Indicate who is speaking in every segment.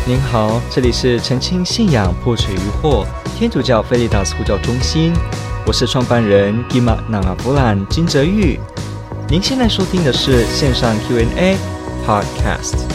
Speaker 1: 您好，这里是澄清信仰破除疑惑天主教菲利达斯呼叫中心，我是创办人 Gima Nangabulan 金哲玉。您现在收听的是线上 Q&A Podcast。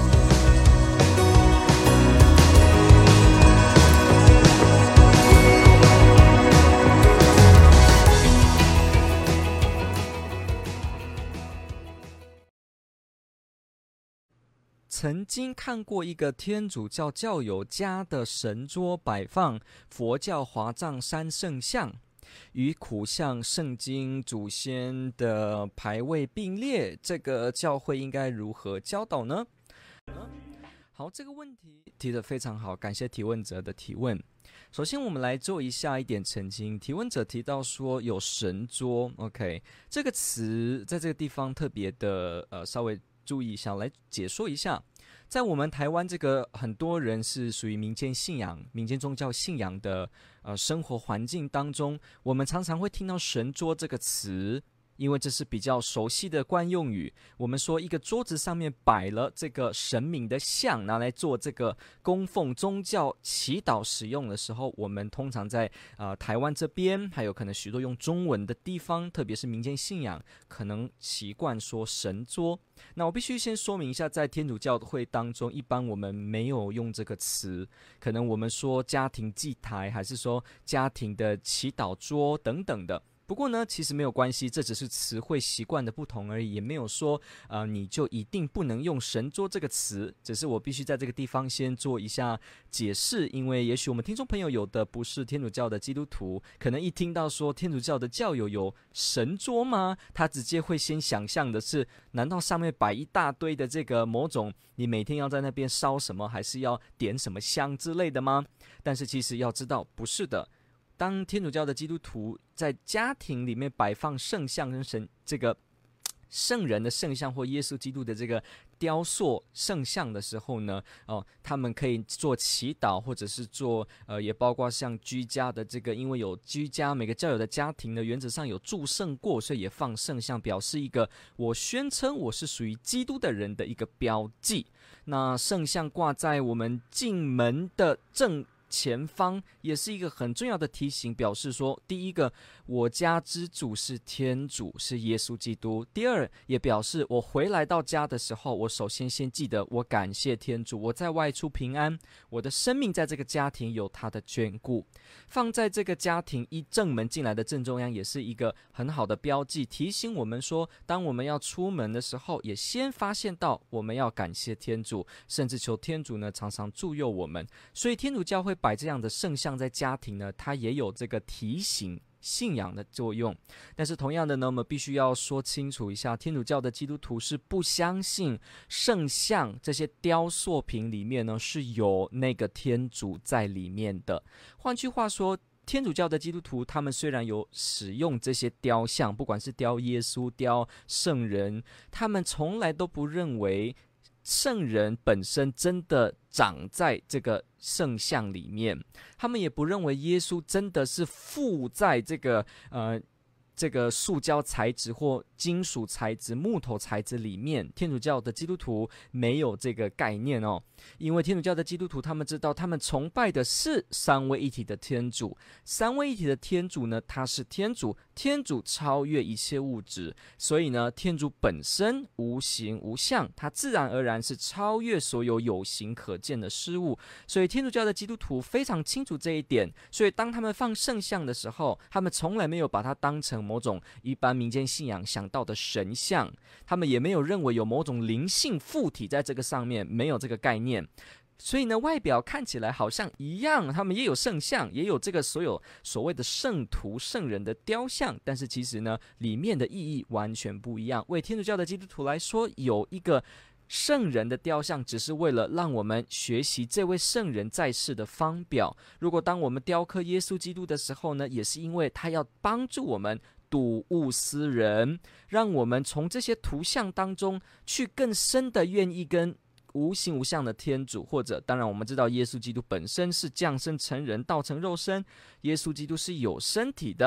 Speaker 1: 曾经看过一个天主教教友家的神桌摆放佛教华藏三圣像，与苦像圣经祖先的牌位并列，这个教会应该如何教导呢？好，这个问题提得非常好，感谢提问者的提问。首先我们来做一点澄清，提问者提到说有神桌 OK， 这个词在这个地方特别的稍微注意一下，来解说一下。在我们台湾这个很多人是属于民间信仰、民间宗教信仰的生活环境当中，我们常常会听到神桌这个词，因为这是比较熟悉的惯用语。我们说一个桌子上面摆了这个神明的像，拿来做这个供奉宗教祈祷使用的时候，我们通常在台湾这边，还有可能许多用中文的地方，特别是民间信仰，可能习惯说神桌。那我必须先说明一下，在天主教会当中，一般我们没有用这个词，可能我们说家庭祭台，还是说家庭的祈祷桌等等的。不过呢，其实没有关系，这只是词汇习惯的不同而已，也没有说你就一定不能用神桌这个词，只是我必须在这个地方先做一下解释，因为也许我们听众朋友有的不是天主教的基督徒，可能一听到说天主教的教友有神桌吗？他直接会先想象的是，难道上面摆一大堆的这个某种你每天要在那边烧什么，还是要点什么香之类的吗？但是其实要知道，不是的。当天主教的基督徒在家庭里面摆放圣像跟这个圣人的圣像或耶稣基督的这个雕塑圣像的时候呢，他们可以做祈祷，或者是做也包括像居家的这个，因为有居家，每个教友的家庭呢原则上有祝圣过，所以也放圣像，表示一个我宣称我是属于基督的人的一个标记。那圣像挂在我们进门的正前方，也是一个很重要的提醒，表示说，第一个，我家之主是天主，是耶稣基督；第二，也表示我回来到家的时候，我首先记得我感谢天主，我在外出平安，我的生命在这个家庭有他的眷顾。放在这个家庭一正门进来的正中央，也是一个很好的标记，提醒我们说，当我们要出门的时候，也先发现到我们要感谢天主，甚至求天主呢常常助佑我们。所以天主教会摆这样的圣像在家庭呢，它也有这个提醒信仰的作用。但是同样的呢，我们必须要说清楚一下，天主教的基督徒是不相信圣像这些雕塑品里面呢是有那个天主在里面的。换句话说，天主教的基督徒他们虽然有使用这些雕像，不管是雕耶稣、雕圣人，他们从来都不认为圣人本身真的长在这个圣像里面，他们也不认为耶稣真的是附在这个塑胶材质或金属材质、木头材质里面。天主教的基督徒没有这个概念哦，因为天主教的基督徒他们知道，他们崇拜的是三位一体的天主。三位一体的天主呢，他是天主，天主超越一切物质，所以呢，天主本身无形无相，他自然而然是超越所有有形可见的事物。所以天主教的基督徒非常清楚这一点，所以当他们放圣像的时候，他们从来没有把它当成某种一般民间信仰想到的神像，他们也没有认为有某种灵性附体在这个上面，没有这个概念。所以呢，外表看起来好像一样，他们也有圣像，也有这个所谓的圣徒圣人的雕像，但是其实呢，里面的意义完全不一样。为天主教的基督徒来说，有一个圣人的雕像只是为了让我们学习这位圣人在世的方表。如果当我们雕刻耶稣基督的时候呢，也是因为他要帮助我们睹物思人，让我们从这些图像当中去更深的愿意跟无形无相的天主，或者当然我们知道耶稣基督本身是降生成人，道成肉身，耶稣基督是有身体的，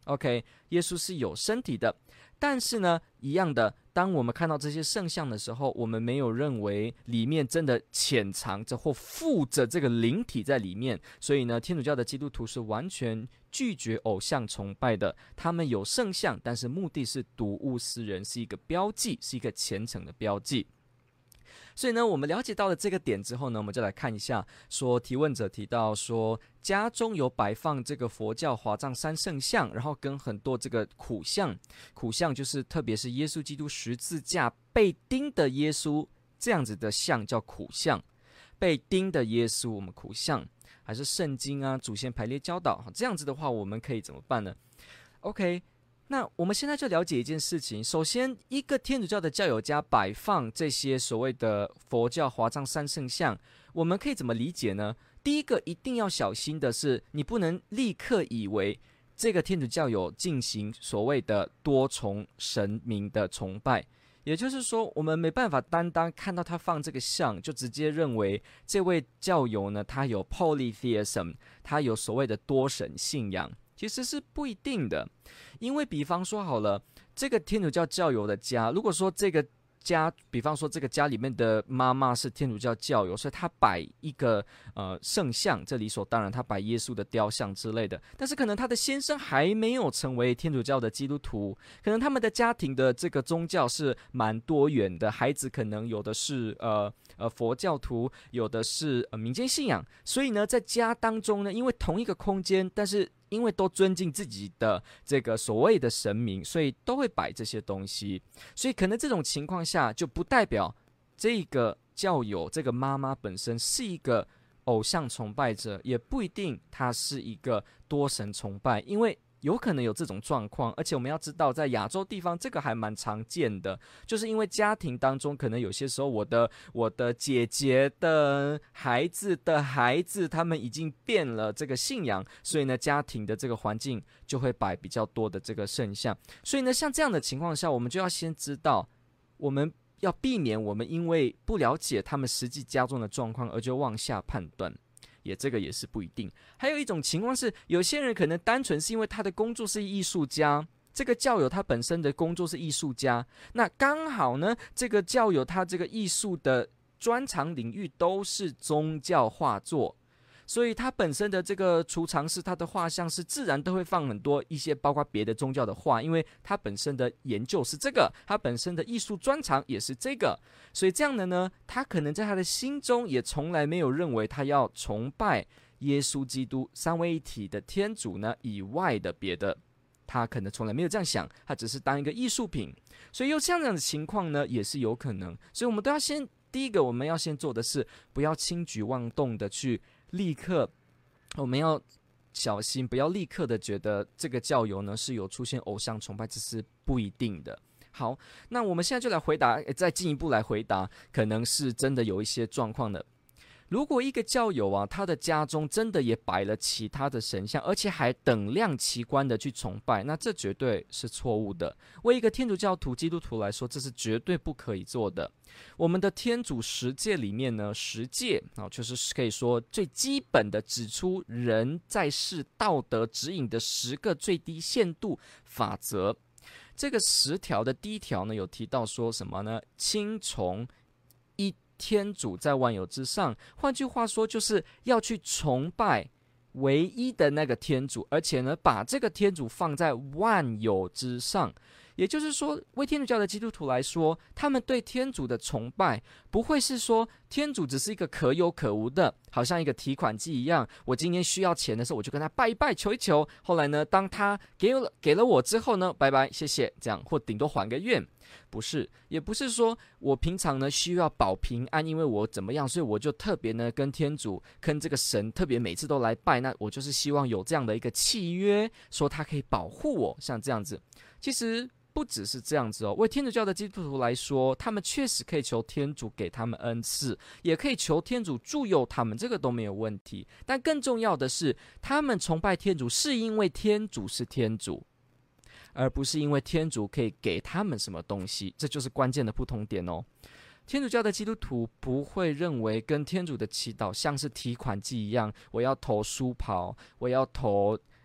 Speaker 1: OK， 耶稣是有身体的，但是呢，一样的，当我们看到这些圣像的时候，我们没有认为里面真的潜藏着或附着这个灵体在里面，所以呢，天主教的基督徒是完全拒绝偶像崇拜的。他们有圣像，但是目的是睹物思人，是一个标记，是一个虔诚的标记。所以呢，我们了解到了这个点之后呢，我们就来看一下，说提问者提到说，家中有摆放这个佛教华藏三圣像，然后跟很多这个苦像，苦像就是特别是耶稣基督十字架被钉的耶稣这样子的像叫苦像，被钉的耶稣我们苦像，还是圣经啊、祖先排列教导，这样子的话，我们可以怎么办呢 ？OK。那我们现在就了解一件事情，首先，一个天主教的教友家摆放这些所谓的佛教华藏三圣像，我们可以怎么理解呢？第一个一定要小心的是，你不能立刻以为这个天主教友进行所谓的多重神明的崇拜，也就是说，我们没办法单单看到他放这个像，就直接认为这位教友呢，他有 polytheism， 他有所谓的多神信仰。其实是不一定的，因为比方说好了，这个天主教教友的家，如果说这个家，比方说这个家里面的妈妈是天主教教友，所以他摆一个圣像，这理所当然，他摆耶稣的雕像之类的。但是可能他的先生还没有成为天主教的基督徒，可能他们的家庭的这个宗教是蛮多元的，孩子可能有的是佛教徒，有的是民间信仰，所以呢，在家当中呢，因为同一个空间，但是因为都尊敬自己的这个所谓的神明，所以都会摆这些东西。所以可能这种情况下，就不代表这个教友这个妈妈本身是一个偶像崇拜者，也不一定她是一个多神崇拜，因为有可能有这种状况，而且我们要知道，在亚洲地方这个还蛮常见的，就是因为家庭当中可能有些时候我的姐姐的孩子的孩子，他们已经变了这个信仰，所以呢，家庭的这个环境就会摆比较多的这个圣像，所以呢，像这样的情况下，我们就要先知道，我们要避免我们因为不了解他们实际家中的状况而就妄下判断。这个也是不一定。还有一种情况是，有些人可能单纯是因为他的工作是艺术家，这个教友他本身的工作是艺术家，那刚好呢，这个教友他这个艺术的专长领域都是宗教画作，所以他本身的这个储藏室，他的画像是自然都会放很多一些包括别的宗教的画，因为他本身的研究是这个，他本身的艺术专长也是这个，所以这样的呢，他可能在他的心中也从来没有认为他要崇拜耶稣基督三位一体的天主呢以外的别的，他可能从来没有这样想，他只是当一个艺术品，所以有这样的情况呢也是有可能，所以我们都要先第一个我们要先做的是不要轻举妄动的去立刻，我们要小心，不要立刻的觉得这个教友呢是有出现偶像崇拜，这是不一定的。好，那我们现在就来回答，再进一步来回答，可能是真的有一些状况的。如果一个教友啊，他的家中真的也摆了其他的神像，而且还等量齐观的去崇拜，那这绝对是错误的。为一个天主教徒、基督徒来说，这是绝对不可以做的。我们的天主十诫里面呢，十诫就是可以说最基本的指出人在世道德指引的10个最低限度法则。这个10条的第一条呢，有提到说什么呢？亲从一天主在万有之上，换句话说，就是要去崇拜唯一的那个天主，而且呢，把这个天主放在万有之上。也就是说，为天主教的基督徒来说，他们对天主的崇拜不会是说天主只是一个可有可无的，好像一个提款机一样，我今天需要钱的时候，我就跟他拜一拜求一求，后来呢，当他给了我之后呢，拜拜谢谢，这样，或顶多还个愿。不是，也不是说我平常呢需要保平安，因为我怎么样，所以我就特别呢跟天主跟这个神特别每次都来拜，那我就是希望有这样的一个契约，说他可以保护我，像这样子。其实不只是这样子哦，为天主教的基督徒来说，他们确实可以求天主给他们恩赐，也可以求天主助佑他们，这个都没有问题。但更重要的是，他们崇拜天主是因为天主是天主，而不是因为天主可以给他们什么东西，这就是关键的不同点哦。天主教的基督徒不会认为跟天主的祈祷像是提款机一样，我要投书袍，我要投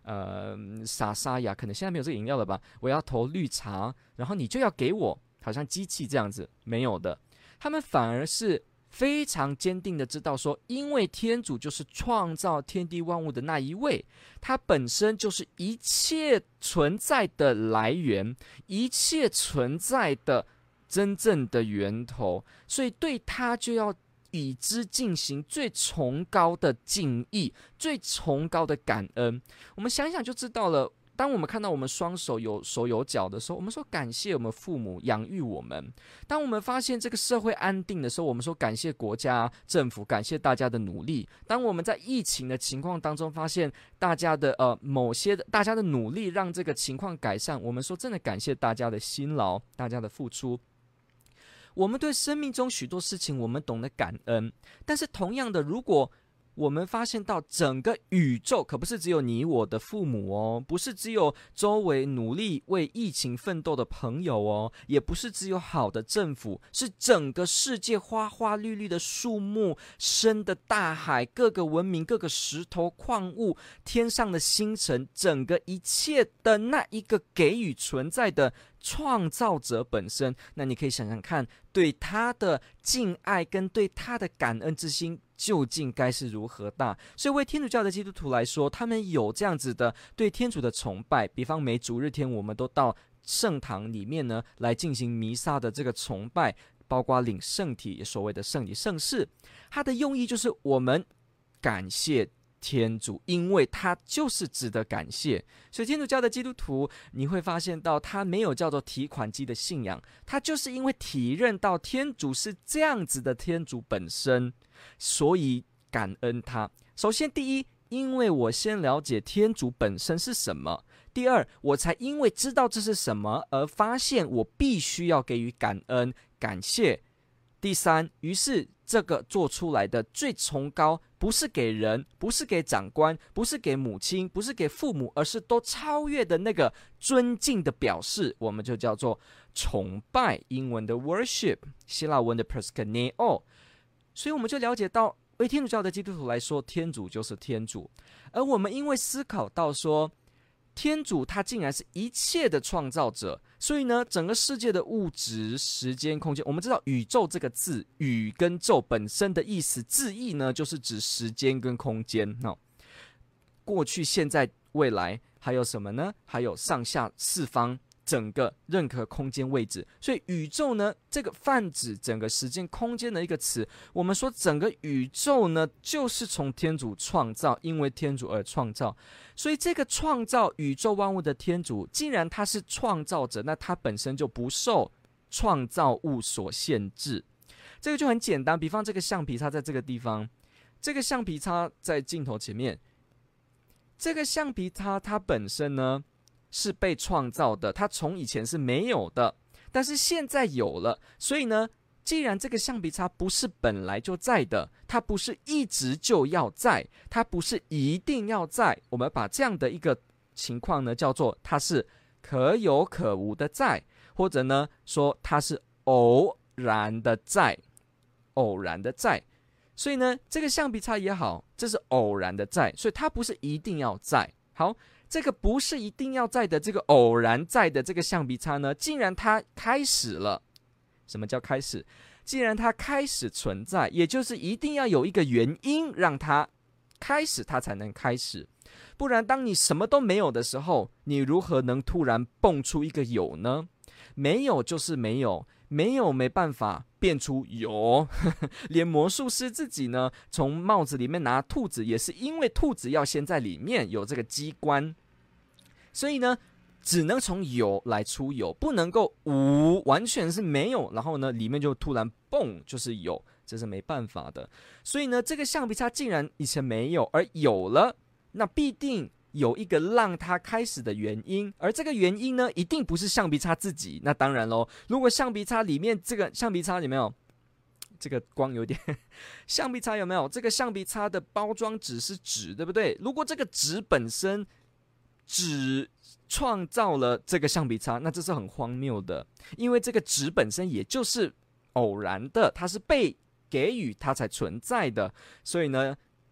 Speaker 1: 莎莎呀，可能现在没有这个饮料了吧？我要投绿茶，然后你就要给我，好像机器这样子，没有的。他们反而是非常坚定的知道说，因为天主就是创造天地万物的那一位，他本身就是一切存在的来源，一切存在的真正的源头，所以对他就要以之进行最崇高的敬意，最崇高的感恩。我们想想就知道了。当我们看到我们双手有手有脚的时候，我们说感谢我们父母养育我们；当我们发现这个社会安定的时候，我们说感谢国家政府，感谢大家的努力；当我们在疫情的情况当中发现大家的大家的努力让这个情况改善，我们说真的感谢大家的辛劳，大家的付出。我们对生命中许多事情我们懂得感恩，但是同样的，如果我们发现到整个宇宙可不是只有你我的父母哦，不是只有周围努力为疫情奋斗的朋友哦，也不是只有好的政府，是整个世界花花绿绿的树木，深的大海，各个文明，各个石头矿物，天上的星辰，整个一切的那一个给予存在的创造者本身。那你可以想想看，对他的敬爱跟对他的感恩之心究竟该是如何大。所以为天主教的基督徒来说，他们有这样子的对天主的崇拜，比方每主日天我们都到圣堂里面呢来进行弥撒的这个崇拜，包括领圣体，所谓的圣体圣事，它的用意就是我们感谢天主，因为他就是值得感谢。所以天主教的基督徒你会发现到他没有叫做提款机的信仰，他就是因为体认到天主是这样子的天主本身，所以感恩他。首先第一，因为我先了解天主本身是什么；第二，我才因为知道这是什么而发现我必须要给予感恩感谢；第三，于是这个做出来的最崇高，不是给人，不是给长官，不是给母亲，不是给父母，而是都超越的那个尊敬的表示，我们就叫做崇拜，英文的 worship， 希腊文的 proskuneo。 所以我们就了解到，为天主教的基督徒来说，天主就是天主。而我们因为思考到说，天主他竟然是一切的创造者，所以呢，整个世界的物质、时间、空间，我们知道宇宙这个字，宇跟宙本身的意思，字义呢，就是指时间跟空间。过去、现在、未来，还有什么呢？还有上下四方，整个任何空间位置。所以宇宙呢，这个泛指整个时间空间的一个词。我们说整个宇宙呢，就是从天主创造，因为天主而创造。所以这个创造宇宙万物的天主，既然他是创造者，那他本身就不受创造物所限制。这个就很简单，比方这个橡皮擦在这个地方，这个橡皮擦在镜头前面，这个橡皮擦它本身呢是被创造的，它从以前是没有的，但是现在有了。所以呢，既然这个橡皮擦不是本来就在的，它不是一直就要在，它不是一定要在，我们把这样的一个情况呢叫做它是可有可无的在，或者呢说它是偶然的在，偶然的在。所以呢，这个橡皮擦也好，这是偶然的在，所以它不是一定要在。好，这个不是一定要在的这个偶然在的这个橡皮擦呢，既然它开始了，什么叫开始？既然它开始存在，也就是一定要有一个原因让它开始，它才能开始。不然当你什么都没有的时候，你如何能突然蹦出一个有呢？没有就是没有，没有没办法变出有。连魔术师自己呢，从帽子里面拿兔子，也是因为兔子要先在里面有这个机关，所以呢只能从有来出有，不能够无，完全是没有，然后呢里面就突然蹦就是有，这是没办法的。所以呢，这个橡皮擦竟然以前没有而有了，那必定有一个让它开始的原因，而这个原因呢，一定不是橡皮擦自己。那当然咯，如果橡皮擦里面这个橡皮擦有没有这个光有点橡皮擦有没有这个橡皮擦的包装纸是纸，对不对？如果这个纸本身纸创造了这个橡皮擦，那这是很荒谬的，因为这个纸本身也就是偶然的，它是被给予它才存在的。所以呢，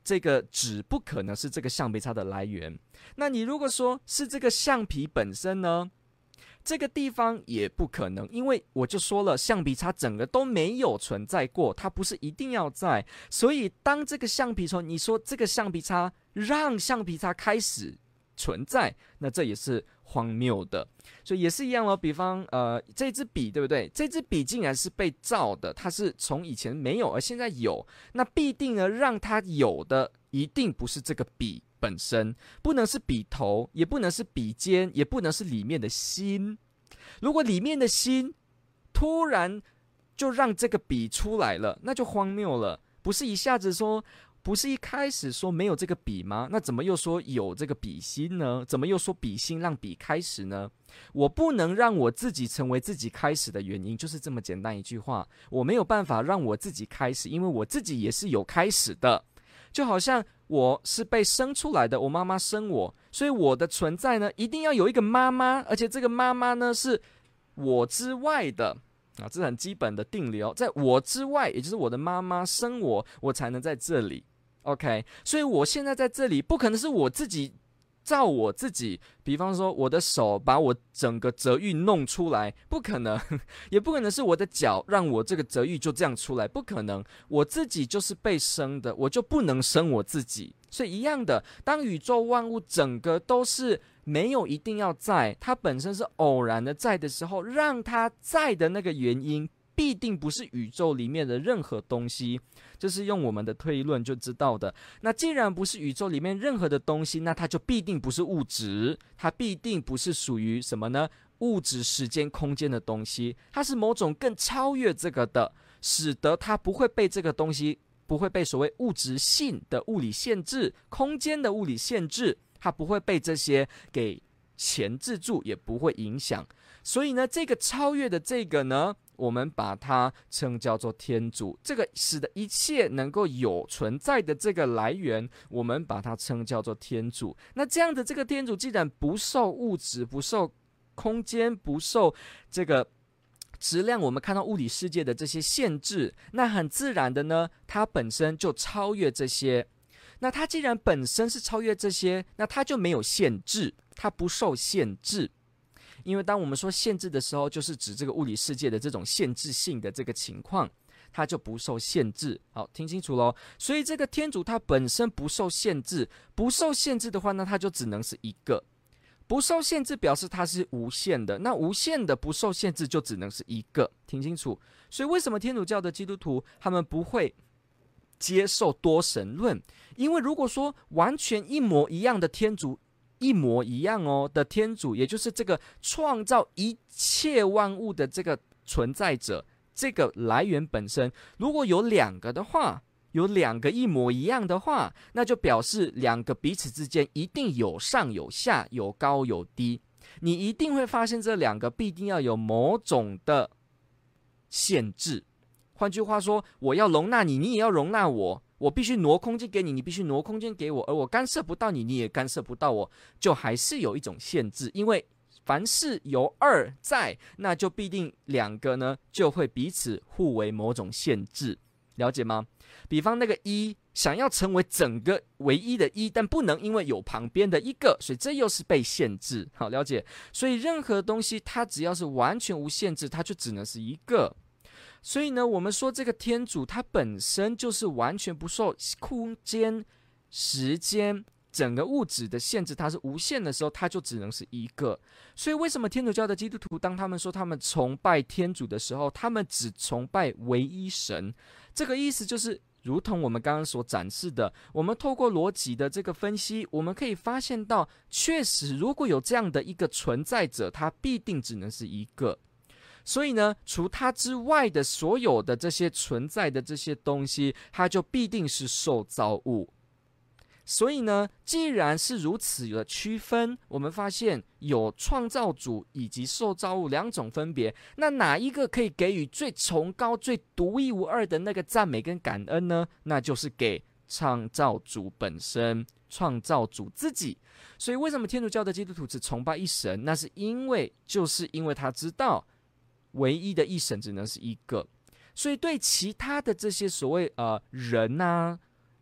Speaker 1: 这个纸不可能是这个橡皮擦的来源。那你如果说是这个橡皮本身呢，这个地方也不可能，因为我就说了，橡皮擦整个都没有存在过，它不是一定要在。所以当这个橡皮你说这个橡皮擦让橡皮擦开始存在，那这也是荒谬的。所以也是一样咯，比方这支笔对不对？这支笔竟然是被造的，它是从以前没有而现在有，那必定呢让它有的一定不是这个笔本身，不能是笔头，也不能是笔尖，也不能是里面的心。如果里面的心突然就让这个笔出来了，那就荒谬了。不是一下子说，不是一开始说没有这个笔吗？那怎么又说有这个笔心呢？怎么又说笔心让笔开始呢？我不能让我自己成为自己开始的原因，就是这么简单一句话。我没有办法让我自己开始，因为我自己也是有开始的。就好像我是被生出来的，我妈妈生我，所以我的存在呢，一定要有一个妈妈，而且这个妈妈呢是我之外的啊，这是很基本的定理哦，在我之外，也就是我的妈妈生我，我才能在这里。OK， 所以我现在在这里，不可能是我自己照我自己，比方说我的手把我整个泽域弄出来，不可能，也不可能是我的脚让我这个泽域就这样出来，不可能。我自己就是被生的，我就不能生我自己。所以一样的，当宇宙万物整个都是没有一定要在，它本身是偶然的在的时候，让它在的那个原因必定不是宇宙里面的任何东西，这是用我们的推论就知道的。那既然不是宇宙里面任何的东西，那它就必定不是物质，它必定不是属于什么呢？物质、时间、空间的东西，它是某种更超越这个的，使得它不会被这个东西，不会被所谓物质性的物理限制、空间的物理限制，它不会被这些给钳制住，也不会影响。所以呢，这个超越的这个呢，我们把它称叫做天主，这个使得一切能够有存在的这个来源，我们把它称叫做天主。那这样的这个天主既然不受物质、不受空间、不受这个质量，我们看到物理世界的这些限制，那很自然的呢，它本身就超越这些。那它既然本身是超越这些，那它就没有限制，它不受限制。因为当我们说限制的时候，就是指这个物理世界的这种限制性的这个情况，它就不受限制。好，听清楚咯。所以这个天主它本身不受限制，不受限制的话，那它就只能是一个。不受限制表示它是无限的，那无限的不受限制就只能是一个，听清楚。所以为什么天主教的基督徒他们不会接受多神论？因为如果说完全一模一样的天主，一模一样的天主，也就是这个创造一切万物的这个存在者，这个来源本身，如果有两个的话，有两个一模一样的话，那就表示两个彼此之间一定有上有下，有高有低。你一定会发现这两个必定要有某种的限制。换句话说，我要容纳你，你也要容纳我。我必须挪空间给你，你必须挪空间给我，而我干涉不到你，你也干涉不到我，就还是有一种限制。因为凡是有二在，那就必定两个呢就会彼此互为某种限制，了解吗？比方那个一想要成为整个唯一的一，但不能，因为有旁边的一个，所以这又是被限制。好，了解。所以任何东西它只要是完全无限制，它就只能是一个。所以呢，我们说这个天主它本身就是完全不受空间、时间、整个物质的限制，它是无限的时候，它就只能是一个。所以为什么天主教的基督徒，当他们说他们崇拜天主的时候，他们只崇拜唯一神？这个意思就是如同我们刚刚所展示的，我们透过逻辑的这个分析，我们可以发现到，确实如果有这样的一个存在者，它必定只能是一个。所以呢，除它之外的所有的这些存在的这些东西，它就必定是受造物。所以呢，既然是如此的区分，我们发现有创造主以及受造物两种分别，那哪一个可以给予最崇高、最独一无二的那个赞美跟感恩呢？那就是给创造主本身，创造主自己。所以为什么天主教的基督徒只崇拜一神？那是因为他知道唯一的一神只能是一个，所以对其他的这些所谓人啊、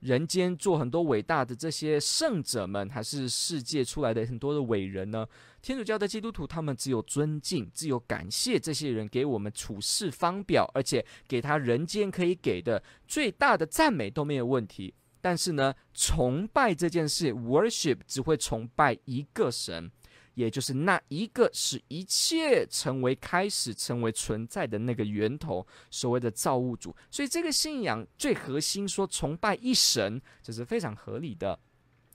Speaker 1: 人间做很多伟大的这些圣者们，还是世界出来的很多的伟人呢？天主教的基督徒他们只有尊敬，只有感谢这些人给我们处世方表，而且给他人间可以给的最大的赞美都没有问题。但是呢，崇拜这件事 worship 只会崇拜一个神，也就是那一个使一切成为开始成为存在的那个源头，所谓的造物主。所以这个信仰最核心说崇拜一神，这是非常合理的。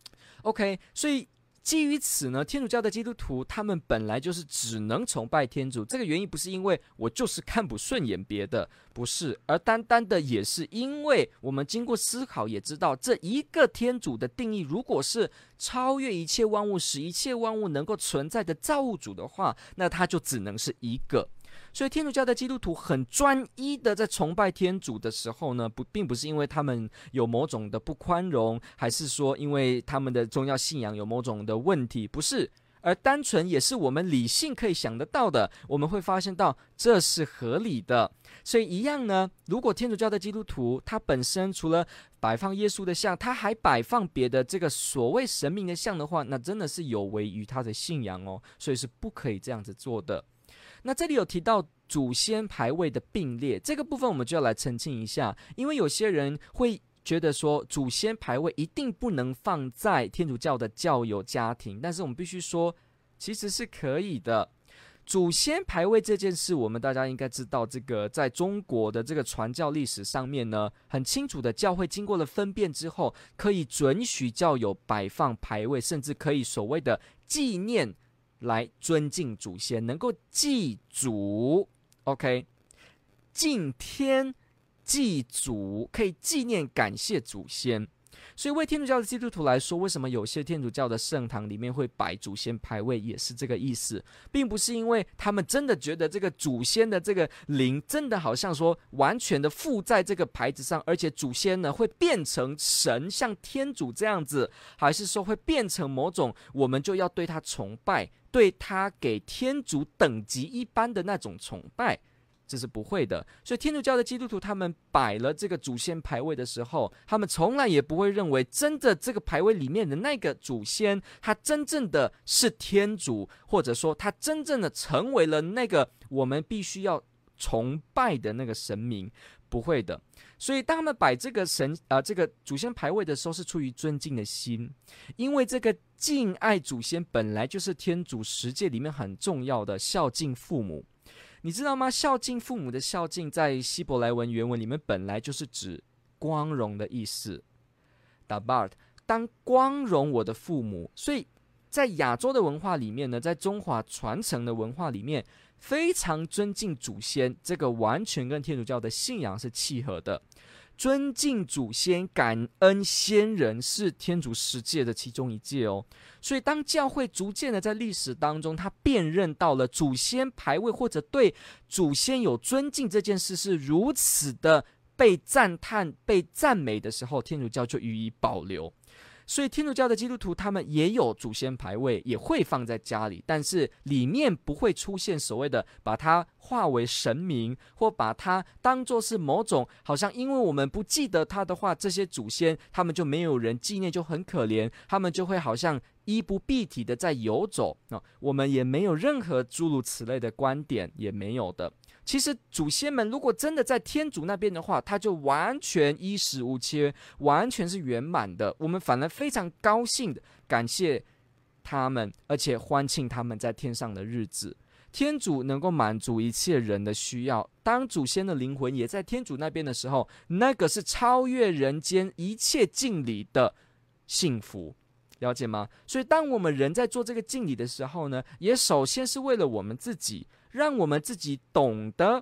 Speaker 1: OK， 所以基于此呢，天主教的基督徒他们本来就是只能崇拜天主，这个原因不是因为我就是看不顺眼别的，不是，而单单的也是因为我们经过思考也知道，这一个天主的定义如果是超越一切万物，使一切万物能够存在的造物主的话，那他就只能是一个。所以天主教的基督徒很专一的在崇拜天主的时候呢，并不是因为他们有某种的不宽容，还是说因为他们的宗教信仰有某种的问题，不是，而单纯也是我们理性可以想得到的，我们会发现到这是合理的。所以一样呢，如果天主教的基督徒他本身除了摆放耶稣的像，他还摆放别的这个所谓神明的像的话，那真的是有违于他的信仰哦，所以是不可以这样子做的。那这里有提到祖先牌位的并列，这个部分我们就要来澄清一下，因为有些人会觉得说祖先牌位一定不能放在天主教的教友家庭，但是我们必须说其实是可以的。祖先牌位这件事，我们大家应该知道，这个在中国的这个传教历史上面呢，很清楚的，教会经过了分辨之后，可以准许教友摆放牌位，甚至可以所谓的纪念来尊敬祖先，能够祭祖 ，OK， 敬天祭祖，可以纪念感谢祖先。所以为天主教的基督徒来说，为什么有些天主教的圣堂里面会摆祖先牌位，也是这个意思，并不是因为他们真的觉得这个祖先的这个灵真的好像说完全的附在这个牌子上，而且祖先呢会变成神，像天主这样子，还是说会变成某种我们就要对他崇拜，对他给天主等级一般的那种崇拜，这是不会的。所以天主教的基督徒他们摆了这个祖先牌位的时候，他们从来也不会认为真的这个牌位里面的那个祖先他真正的是天主，或者说他真正的成为了那个我们必须要崇拜的那个神明，不会的。所以当他们摆这个这个祖先牌位的时候，是出于尊敬的心，因为这个敬爱祖先本来就是天主十诫里面很重要的孝敬父母。你知道吗？孝敬父母的孝敬，在希伯来文原文里面本来就是指光荣的意思。Dabar， 当光荣我的父母，所以在亚洲的文化里面呢，在中华传承的文化里面，非常尊敬祖先，这个完全跟天主教的信仰是契合的。尊敬祖先、感恩先人是天主十诫的其中一诫哦。所以当教会逐渐的在历史当中，他辨认到了祖先牌位或者对祖先有尊敬这件事是如此的被赞叹、被赞美的时候，天主教就予以保留。所以天主教的基督徒他们也有祖先牌位，也会放在家里，但是里面不会出现所谓的把它化为神明，或把它当作是某种好像因为我们不记得他的话，这些祖先他们就没有人纪念，就很可怜，他们就会好像衣不蔽体的在游走。我们也没有任何诸如此类的观点，也没有的。其实祖先们如果真的在天主那边的话，他就完全衣食无缺，完全是圆满的。我们反而非常高兴的感谢他们，而且欢庆他们在天上的日子。天主能够满足一切人的需要，当祖先的灵魂也在天主那边的时候，那个是超越人间一切敬礼的幸福，了解吗？所以当我们人在做这个敬礼的时候呢，也首先是为了我们自己，让我们自己懂得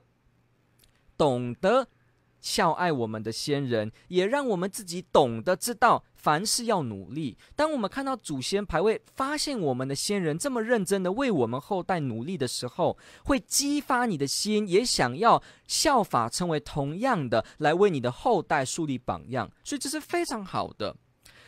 Speaker 1: 孝爱我们的先人，也让我们自己懂得知道凡事要努力。当我们看到祖先牌位，发现我们的先人这么认真的为我们后代努力的时候，会激发你的心，也想要效法成为同样的，来为你的后代树立榜样。所以这是非常好的。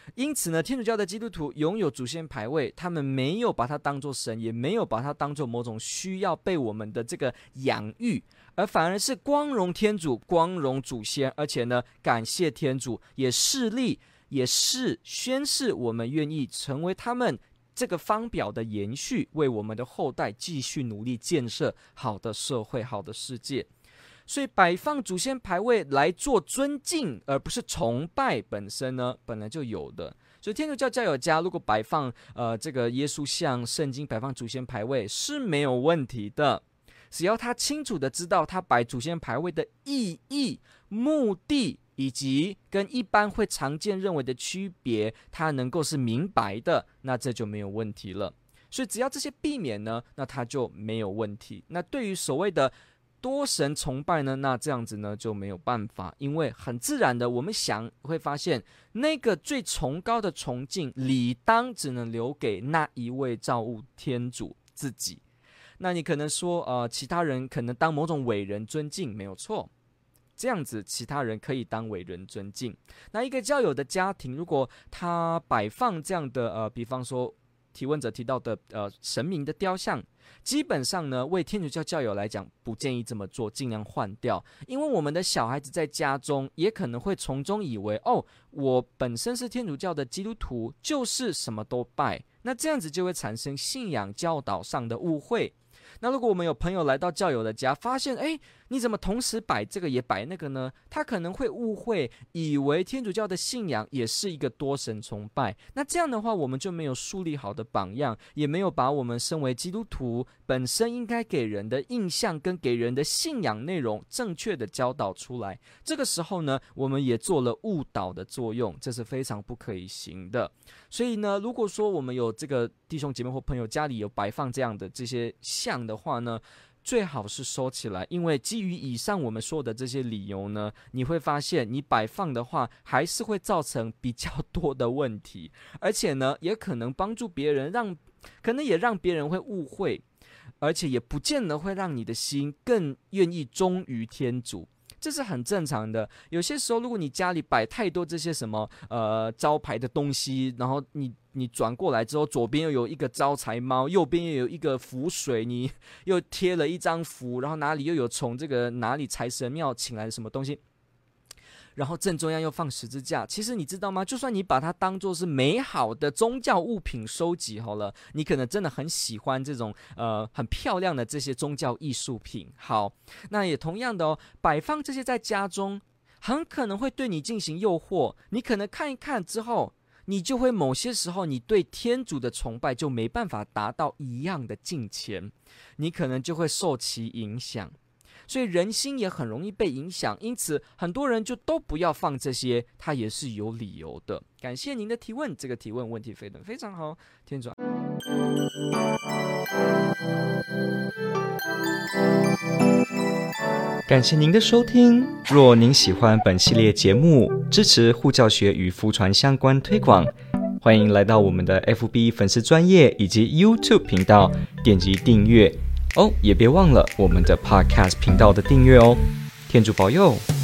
Speaker 1: 因此呢，天主教的基督徒拥有祖先牌位，他们没有把它当作神，也没有把它当作某种需要被我们的这个养育，而反而是光荣天主，光荣祖先，而且呢，感谢天主，也示例，也是宣示我们愿意成为他们这个方表的延续，为我们的后代继续努力建设好的社会、好的世界。所以摆放祖先牌位来做尊敬，而不是崇拜本身呢，本来就有的。所以天主教教友家如果摆放这个耶稣像、圣经，摆放祖先牌位是没有问题的，只要他清楚的知道他摆祖先牌位的意义、目的，以及跟一般会常见认为的区别，他能够是明白的，那这就没有问题了。所以只要这些避免呢，那他就没有问题。那对于所谓的多神崇拜呢，那这样子呢就没有办法，因为很自然的，我们会发现那个最崇高的崇敬，理当只能留给那一位造物天主自己。那你可能说，其他人可能当某种伟人尊敬，没有错，这样子其他人可以当伟人尊敬。那一个教友的家庭，如果他摆放这样的比方说提问者提到的神明的雕像，基本上呢，为天主教教友来讲，不建议这么做，尽量换掉。因为我们的小孩子在家中也可能会从中以为，我本身是天主教的基督徒，就是什么都拜，那这样子就会产生信仰教导上的误会。那如果我们有朋友来到教友的家，发现你怎么同时摆这个也摆那个呢？他可能会误会，以为天主教的信仰也是一个多神崇拜。那这样的话，我们就没有树立好的榜样，也没有把我们身为基督徒本身应该给人的印象跟给人的信仰内容正确的教导出来。这个时候呢，我们也做了误导的作用，这是非常不可以行的。所以呢，如果说我们有这个弟兄姐妹或朋友家里有摆放这样的这些像的话呢，最好是收起来，因为基于以上我们说的这些理由呢，你会发现你摆放的话还是会造成比较多的问题，而且呢也可能帮助别人，可能也让别人会误会，而且也不见得会让你的心更愿意忠于天主，这是很正常的。有些时候如果你家里摆太多这些什么招牌的东西，然后你转过来之后，左边又有一个招财猫，右边又有一个符水，你又贴了一张符，然后哪里又有从这个哪里财神庙请来的什么东西，然后正中央又放十字架。其实你知道吗？就算你把它当作是美好的宗教物品收集好了，你可能真的很喜欢这种很漂亮的这些宗教艺术品。好，那也同样的摆放这些在家中，很可能会对你进行诱惑。你可能看一看之后，你就会某些时候你对天主的崇拜就没办法达到一样的敬虔，你可能就会受其影响。所以人心也很容易被影响，因此很多人就都不要放这些，它也是有理由的。感谢您的提问，这个提问问题非常好，天主。感谢您的收听。若您喜欢本系列节目，支持护教学与福传相关推广，欢迎来到我们的 FB 粉丝专页以及 YouTube 频道，点击订阅也别忘了我们的 Podcast 频道的订阅哦。天主保佑。